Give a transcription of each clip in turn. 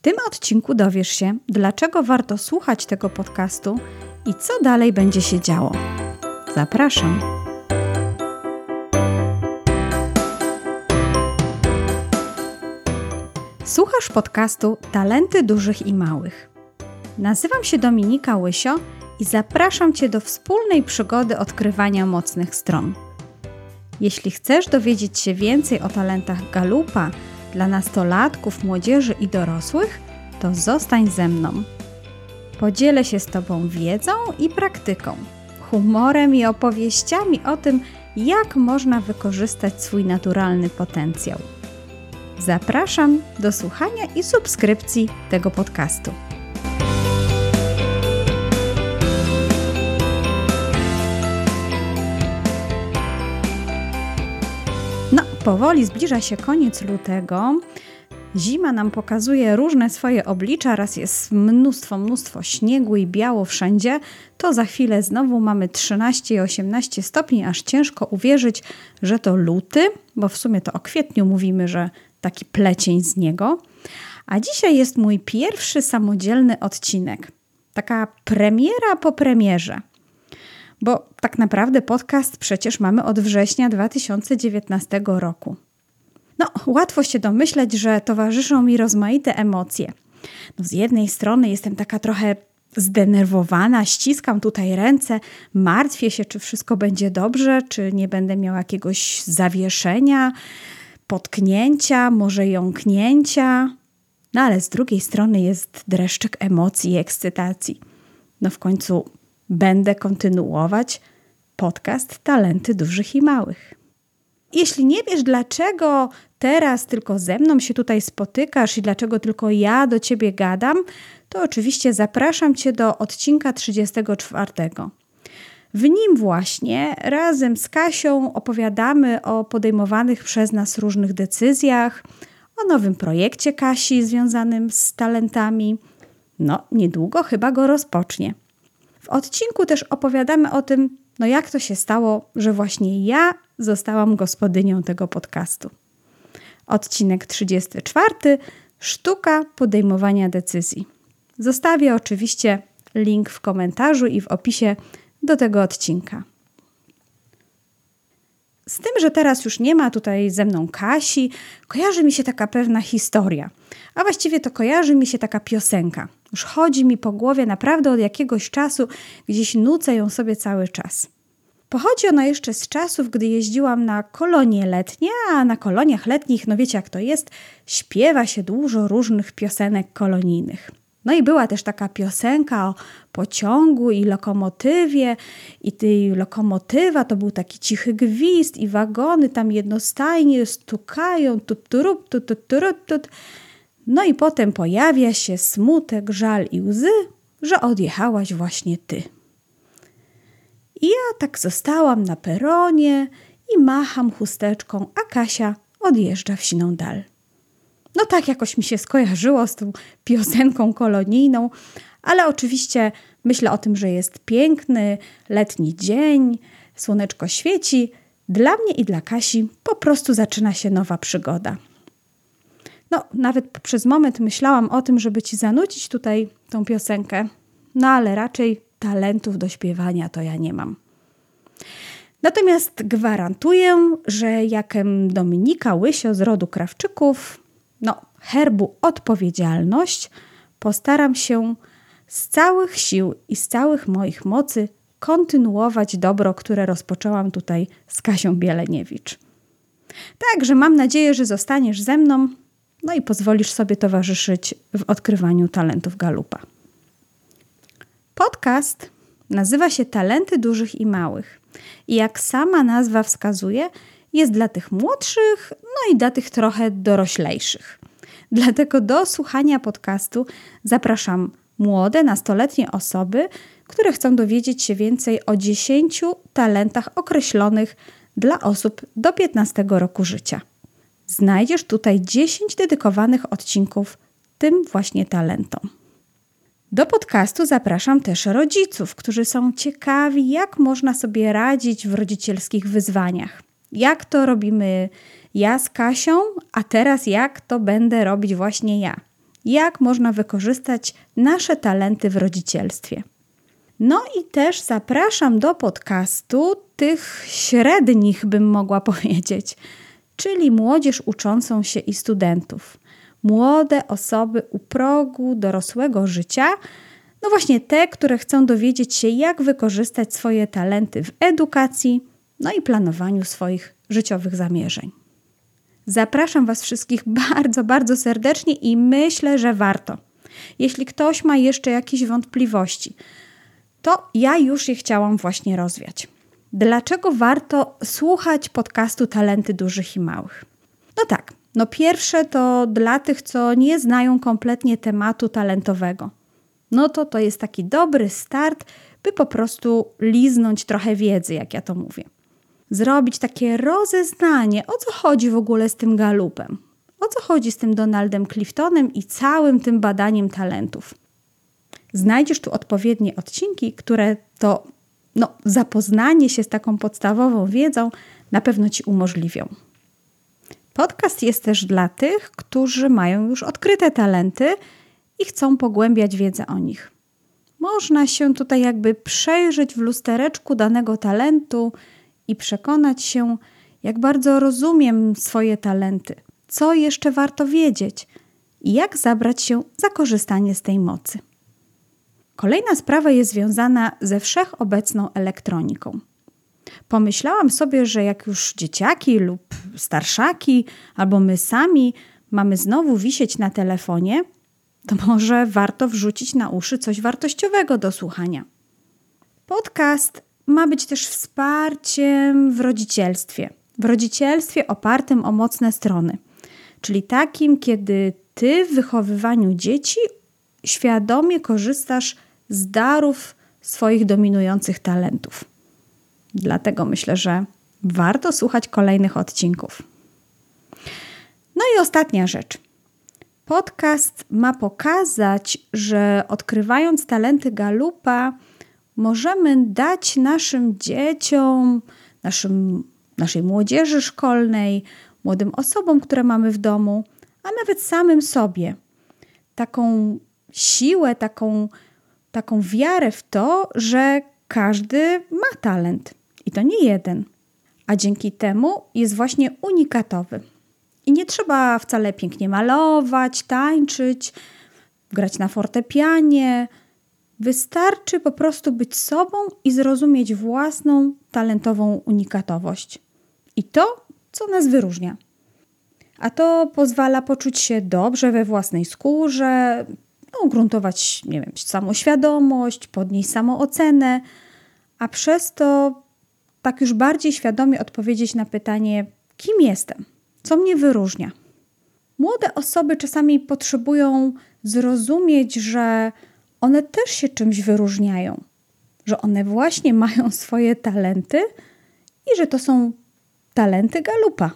tym odcinku dowiesz się, dlaczego warto słuchać tego podcastu i co dalej będzie się działo. Zapraszam! Słuchasz podcastu Talenty Dużych i Małych. Nazywam się Dominika Łysio i zapraszam Cię do wspólnej przygody odkrywania mocnych stron. Jeśli chcesz dowiedzieć się więcej o talentach Galupa dla nastolatków, młodzieży i dorosłych, to zostań ze mną. Podzielę się z Tobą wiedzą i praktyką, humorem i opowieściami o tym, jak można wykorzystać swój naturalny potencjał. Zapraszam do słuchania i subskrypcji tego podcastu. Powoli zbliża się koniec lutego. Zima nam pokazuje różne swoje oblicza. Raz jest mnóstwo śniegu i biało wszędzie. To za chwilę znowu mamy 13 i 18 stopni, aż ciężko uwierzyć, że to luty, bo w sumie to o kwietniu mówimy, że taki plecień z niego. A dzisiaj jest mój pierwszy samodzielny odcinek. Taka premiera po premierze. Bo tak naprawdę podcast przecież mamy od września 2019 roku. Łatwo się domyśleć, że towarzyszą mi rozmaite emocje. Z jednej strony jestem taka trochę zdenerwowana, ściskam tutaj ręce, martwię się, czy wszystko będzie dobrze, czy nie będę miała jakiegoś zawieszenia, potknięcia, może jąknięcia. Ale z drugiej strony jest dreszczyk emocji i ekscytacji. W końcu będę kontynuować podcast Talenty Dużych i Małych. Jeśli nie wiesz, dlaczego teraz tylko ze mną się tutaj spotykasz i dlaczego tylko ja do Ciebie gadam, to oczywiście zapraszam Cię do odcinka 34. W nim właśnie razem z Kasią opowiadamy o podejmowanych przez nas różnych decyzjach, o nowym projekcie Kasi związanym z talentami. Niedługo chyba go rozpocznie. W odcinku też opowiadamy o tym, jak to się stało, że właśnie ja zostałam gospodynią tego podcastu. Odcinek 34. Sztuka podejmowania decyzji. Zostawię oczywiście link w komentarzu i w opisie do tego odcinka. Z tym, że teraz już nie ma tutaj ze mną Kasi, kojarzy mi się taka pewna historia. A właściwie to kojarzy mi się taka piosenka. Już chodzi mi po głowie naprawdę od jakiegoś czasu, gdzieś nucę ją sobie cały czas. Pochodzi ona jeszcze z czasów, gdy jeździłam na kolonie letnie, a na koloniach letnich, wiecie jak to jest, śpiewa się dużo różnych piosenek kolonijnych. I była też taka piosenka o pociągu i lokomotywie i tej lokomotywa to był taki cichy gwizd i wagony tam jednostajnie stukają, tut-turup, tut-tut-tut. I potem pojawia się smutek, żal i łzy, że odjechałaś właśnie ty. I ja tak zostałam na peronie i macham chusteczką, a Kasia odjeżdża w siną dal. Tak jakoś mi się skojarzyło z tą piosenką kolonijną, ale oczywiście myślę o tym, że jest piękny, letni dzień, słoneczko świeci. Dla mnie i dla Kasi po prostu zaczyna się nowa przygoda. Nawet przez moment myślałam o tym, żeby Ci zanucić tutaj tą piosenkę, ale raczej talentów do śpiewania to ja nie mam. Natomiast gwarantuję, że jakem Dominika Łysio z rodu Krawczyków, herbu odpowiedzialność, postaram się z całych sił i z całych moich mocy kontynuować dobro, które rozpoczęłam tutaj z Kasią Bieleniewicz. Także mam nadzieję, że zostaniesz ze mną, i pozwolisz sobie towarzyszyć w odkrywaniu talentów Galupa. Podcast nazywa się Talenty Dużych i Małych i jak sama nazwa wskazuje, jest dla tych młodszych, i dla tych trochę doroślejszych. Dlatego do słuchania podcastu zapraszam młode, nastoletnie osoby, które chcą dowiedzieć się więcej o 10 talentach określonych dla osób do 15 roku życia. Znajdziesz tutaj 10 dedykowanych odcinków tym właśnie talentom. Do podcastu zapraszam też rodziców, którzy są ciekawi, jak można sobie radzić w rodzicielskich wyzwaniach. Jak to robimy ja z Kasią, a teraz jak to będę robić właśnie ja. jak można wykorzystać nasze talenty w rodzicielstwie. No i też zapraszam do podcastu tych średnich, bym mogła powiedzieć, czyli młodzież uczącą się i studentów. Młode osoby u progu dorosłego życia, no właśnie te, które chcą dowiedzieć się, jak wykorzystać swoje talenty w edukacji, no i planowaniu swoich życiowych zamierzeń. Zapraszam Was wszystkich bardzo, bardzo serdecznie i myślę, że warto. Jeśli ktoś ma jeszcze jakieś wątpliwości, to ja już je chciałam właśnie rozwiać. Dlaczego warto słuchać podcastu Talenty Dużych i Małych? No tak, pierwsze to dla tych, co nie znają kompletnie tematu talentowego. No to jest taki dobry start, by po prostu liznąć trochę wiedzy, jak ja to mówię. Zrobić takie rozeznanie, o co chodzi w ogóle z tym Galupem. O co chodzi z tym Donaldem Cliftonem i całym tym badaniem talentów. Znajdziesz tu odpowiednie odcinki, które to zapoznanie się z taką podstawową wiedzą na pewno Ci umożliwią. Podcast jest też dla tych, którzy mają już odkryte talenty i chcą pogłębiać wiedzę o nich. Można się tutaj jakby przejrzeć w lustereczku danego talentu i przekonać się, jak bardzo rozumiem swoje talenty, co jeszcze warto wiedzieć i jak zabrać się za korzystanie z tej mocy. Kolejna sprawa jest związana ze wszechobecną elektroniką. Pomyślałam sobie, że jak już dzieciaki lub starszaki, albo my sami mamy znowu wisieć na telefonie, to może warto wrzucić na uszy coś wartościowego do słuchania. Podcast ma być też wsparciem w rodzicielstwie. W rodzicielstwie opartym o mocne strony. Czyli takim, kiedy Ty w wychowywaniu dzieci świadomie korzystasz z darów swoich dominujących talentów. Dlatego myślę, że warto słuchać kolejnych odcinków. No i ostatnia rzecz. Podcast ma pokazać, że odkrywając talenty Galupa możemy dać naszym dzieciom, naszej młodzieży szkolnej, młodym osobom, które mamy w domu, a nawet samym sobie taką siłę, taką wiarę w to, że każdy ma talent i to nie jeden, a dzięki temu jest właśnie unikatowy. I nie trzeba wcale pięknie malować, tańczyć, grać na fortepianie. Wystarczy po prostu być sobą i zrozumieć własną talentową unikatowość. I to, co nas wyróżnia. A to pozwala poczuć się dobrze we własnej skórze, ugruntować, samoświadomość, podnieść samoocenę, a przez to tak już bardziej świadomie odpowiedzieć na pytanie, kim jestem, co mnie wyróżnia. Młode osoby czasami potrzebują zrozumieć, że one też się czymś wyróżniają, że one właśnie mają swoje talenty i że to są talenty Galupa.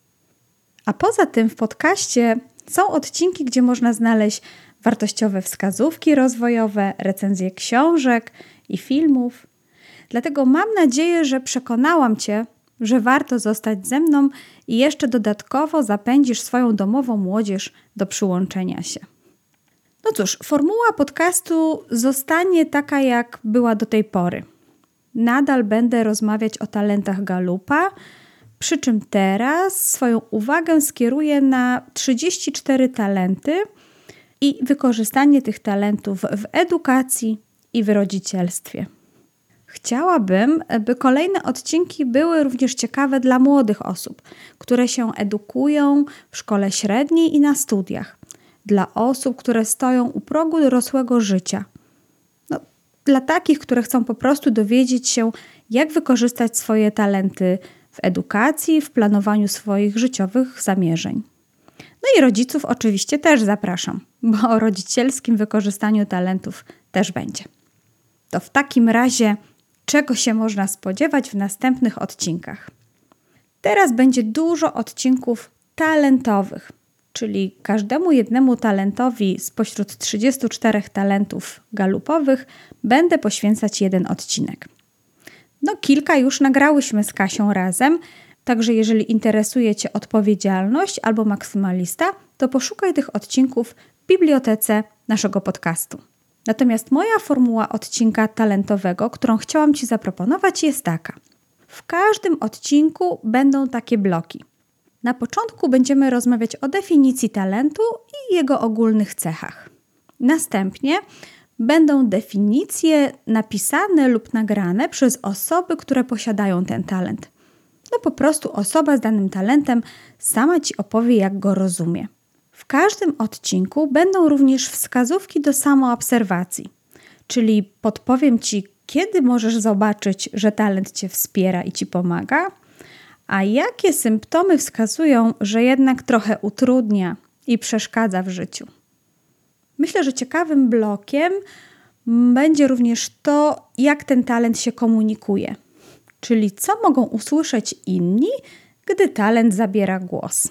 A poza tym w podcaście są odcinki, gdzie można znaleźć wartościowe wskazówki rozwojowe, recenzje książek i filmów. Dlatego mam nadzieję, że przekonałam Cię, że warto zostać ze mną i jeszcze dodatkowo zapędzisz swoją domową młodzież do przyłączenia się. No cóż, formuła podcastu zostanie taka, jak była do tej pory. Nadal będę rozmawiać o talentach Galupa, przy czym teraz swoją uwagę skieruję na 34 talenty i wykorzystanie tych talentów w edukacji i w rodzicielstwie. Chciałabym, by kolejne odcinki były również ciekawe dla młodych osób, które się edukują w szkole średniej i na studiach. Dla osób, które stoją u progu dorosłego życia. Dla takich, które chcą po prostu dowiedzieć się, jak wykorzystać swoje talenty w edukacji, w planowaniu swoich życiowych zamierzeń. No i rodziców oczywiście też zapraszam, bo o rodzicielskim wykorzystaniu talentów też będzie. To w takim razie czego się można spodziewać w następnych odcinkach? Teraz będzie dużo odcinków talentowych, czyli każdemu jednemu talentowi spośród 34 talentów galupowych będę poświęcać jeden odcinek. Kilka już nagrałyśmy z Kasią razem, także jeżeli interesuje Cię odpowiedzialność albo maksymalista, to poszukaj tych odcinków bibliotece naszego podcastu. Natomiast moja formuła odcinka talentowego, którą chciałam Ci zaproponować, jest taka. W każdym odcinku będą takie bloki. Na początku będziemy rozmawiać o definicji talentu i jego ogólnych cechach. Następnie będą definicje napisane lub nagrane przez osoby, które posiadają ten talent. Po prostu osoba z danym talentem sama Ci opowie, jak go rozumie. W każdym odcinku będą również wskazówki do samoobserwacji, czyli podpowiem Ci, kiedy możesz zobaczyć, że talent Cię wspiera i Ci pomaga, a jakie symptomy wskazują, że jednak trochę utrudnia i przeszkadza w życiu. Myślę, że ciekawym blokiem będzie również to, jak ten talent się komunikuje, czyli co mogą usłyszeć inni, gdy talent zabiera głos.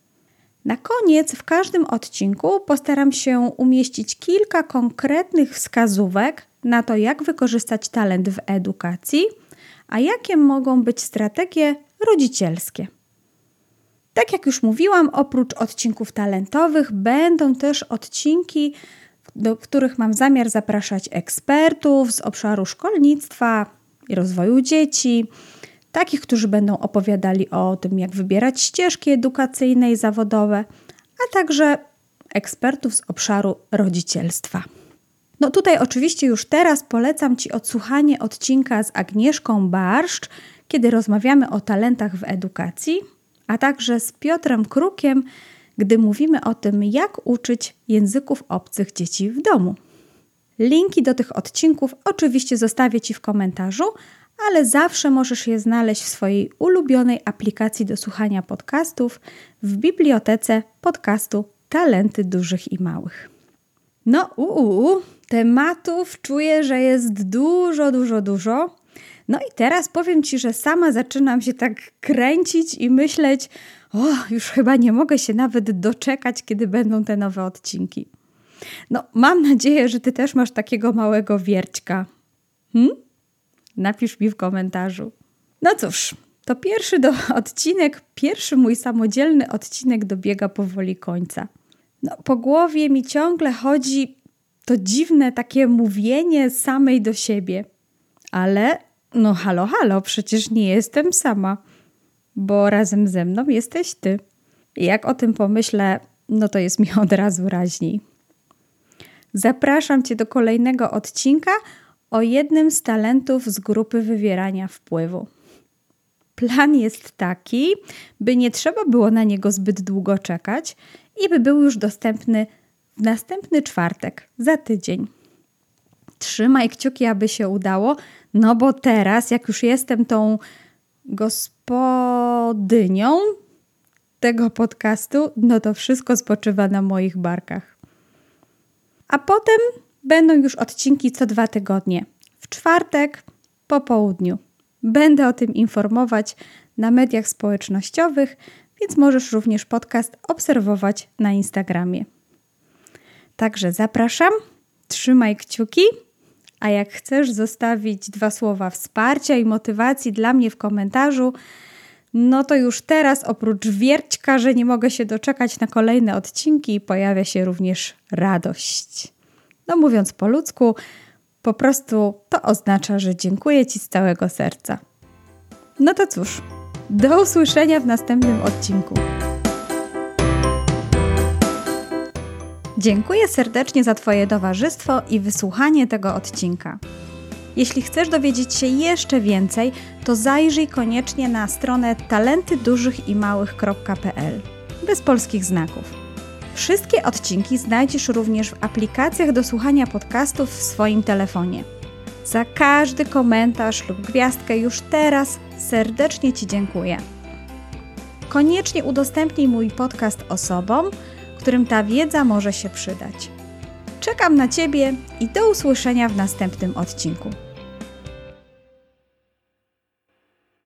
Na koniec w każdym odcinku postaram się umieścić kilka konkretnych wskazówek na to, jak wykorzystać talent w edukacji, a jakie mogą być strategie rodzicielskie. Tak jak już mówiłam, oprócz odcinków talentowych będą też odcinki, do których mam zamiar zapraszać ekspertów z obszaru szkolnictwa i rozwoju dzieci, takich, którzy będą opowiadali o tym, jak wybierać ścieżki edukacyjne i zawodowe, a także ekspertów z obszaru rodzicielstwa. Tutaj oczywiście już teraz polecam Ci odsłuchanie odcinka z Agnieszką Barszcz, kiedy rozmawiamy o talentach w edukacji, a także z Piotrem Krukiem, gdy mówimy o tym, jak uczyć języków obcych dzieci w domu. Linki do tych odcinków oczywiście zostawię Ci w komentarzu, ale zawsze możesz je znaleźć w swojej ulubionej aplikacji do słuchania podcastów w bibliotece podcastu Talenty Dużych i Małych. Tematów czuję, że jest dużo. I teraz powiem Ci, że sama zaczynam się tak kręcić i myśleć, już chyba nie mogę się nawet doczekać, kiedy będą te nowe odcinki. Mam nadzieję, że Ty też masz takiego małego wierćka. Napisz mi w komentarzu. Cóż, to pierwszy mój samodzielny odcinek dobiega powoli końca. Po głowie mi ciągle chodzi to dziwne takie mówienie samej do siebie. Ale halo, przecież nie jestem sama, bo razem ze mną jesteś Ty. I jak o tym pomyślę, to jest mi od razu raźniej. Zapraszam Cię do kolejnego odcinka o jednym z talentów z grupy wywierania wpływu. Plan jest taki, by nie trzeba było na niego zbyt długo czekać i by był już dostępny w następny czwartek, za tydzień. Trzymaj kciuki, aby się udało, bo teraz, jak już jestem tą gospodynią tego podcastu, to wszystko spoczywa na moich barkach. A potem będą już odcinki co 2 tygodnie, w czwartek po południu. Będę o tym informować na mediach społecznościowych, więc możesz również podcast obserwować na Instagramie. Także zapraszam, trzymaj kciuki, a jak chcesz zostawić 2 słowa wsparcia i motywacji dla mnie w komentarzu, to już teraz oprócz wierćka, że nie mogę się doczekać na kolejne odcinki, pojawia się również radość. Mówiąc po ludzku, po prostu to oznacza, że dziękuję Ci z całego serca. To cóż, do usłyszenia w następnym odcinku. Dziękuję serdecznie za Twoje towarzystwo i wysłuchanie tego odcinka. Jeśli chcesz dowiedzieć się jeszcze więcej, to zajrzyj koniecznie na stronę talentydużychimałych.pl bez polskich znaków. Wszystkie odcinki znajdziesz również w aplikacjach do słuchania podcastów w swoim telefonie. Za każdy komentarz lub gwiazdkę już teraz serdecznie Ci dziękuję. Koniecznie udostępnij mój podcast osobom, którym ta wiedza może się przydać. Czekam na Ciebie i do usłyszenia w następnym odcinku.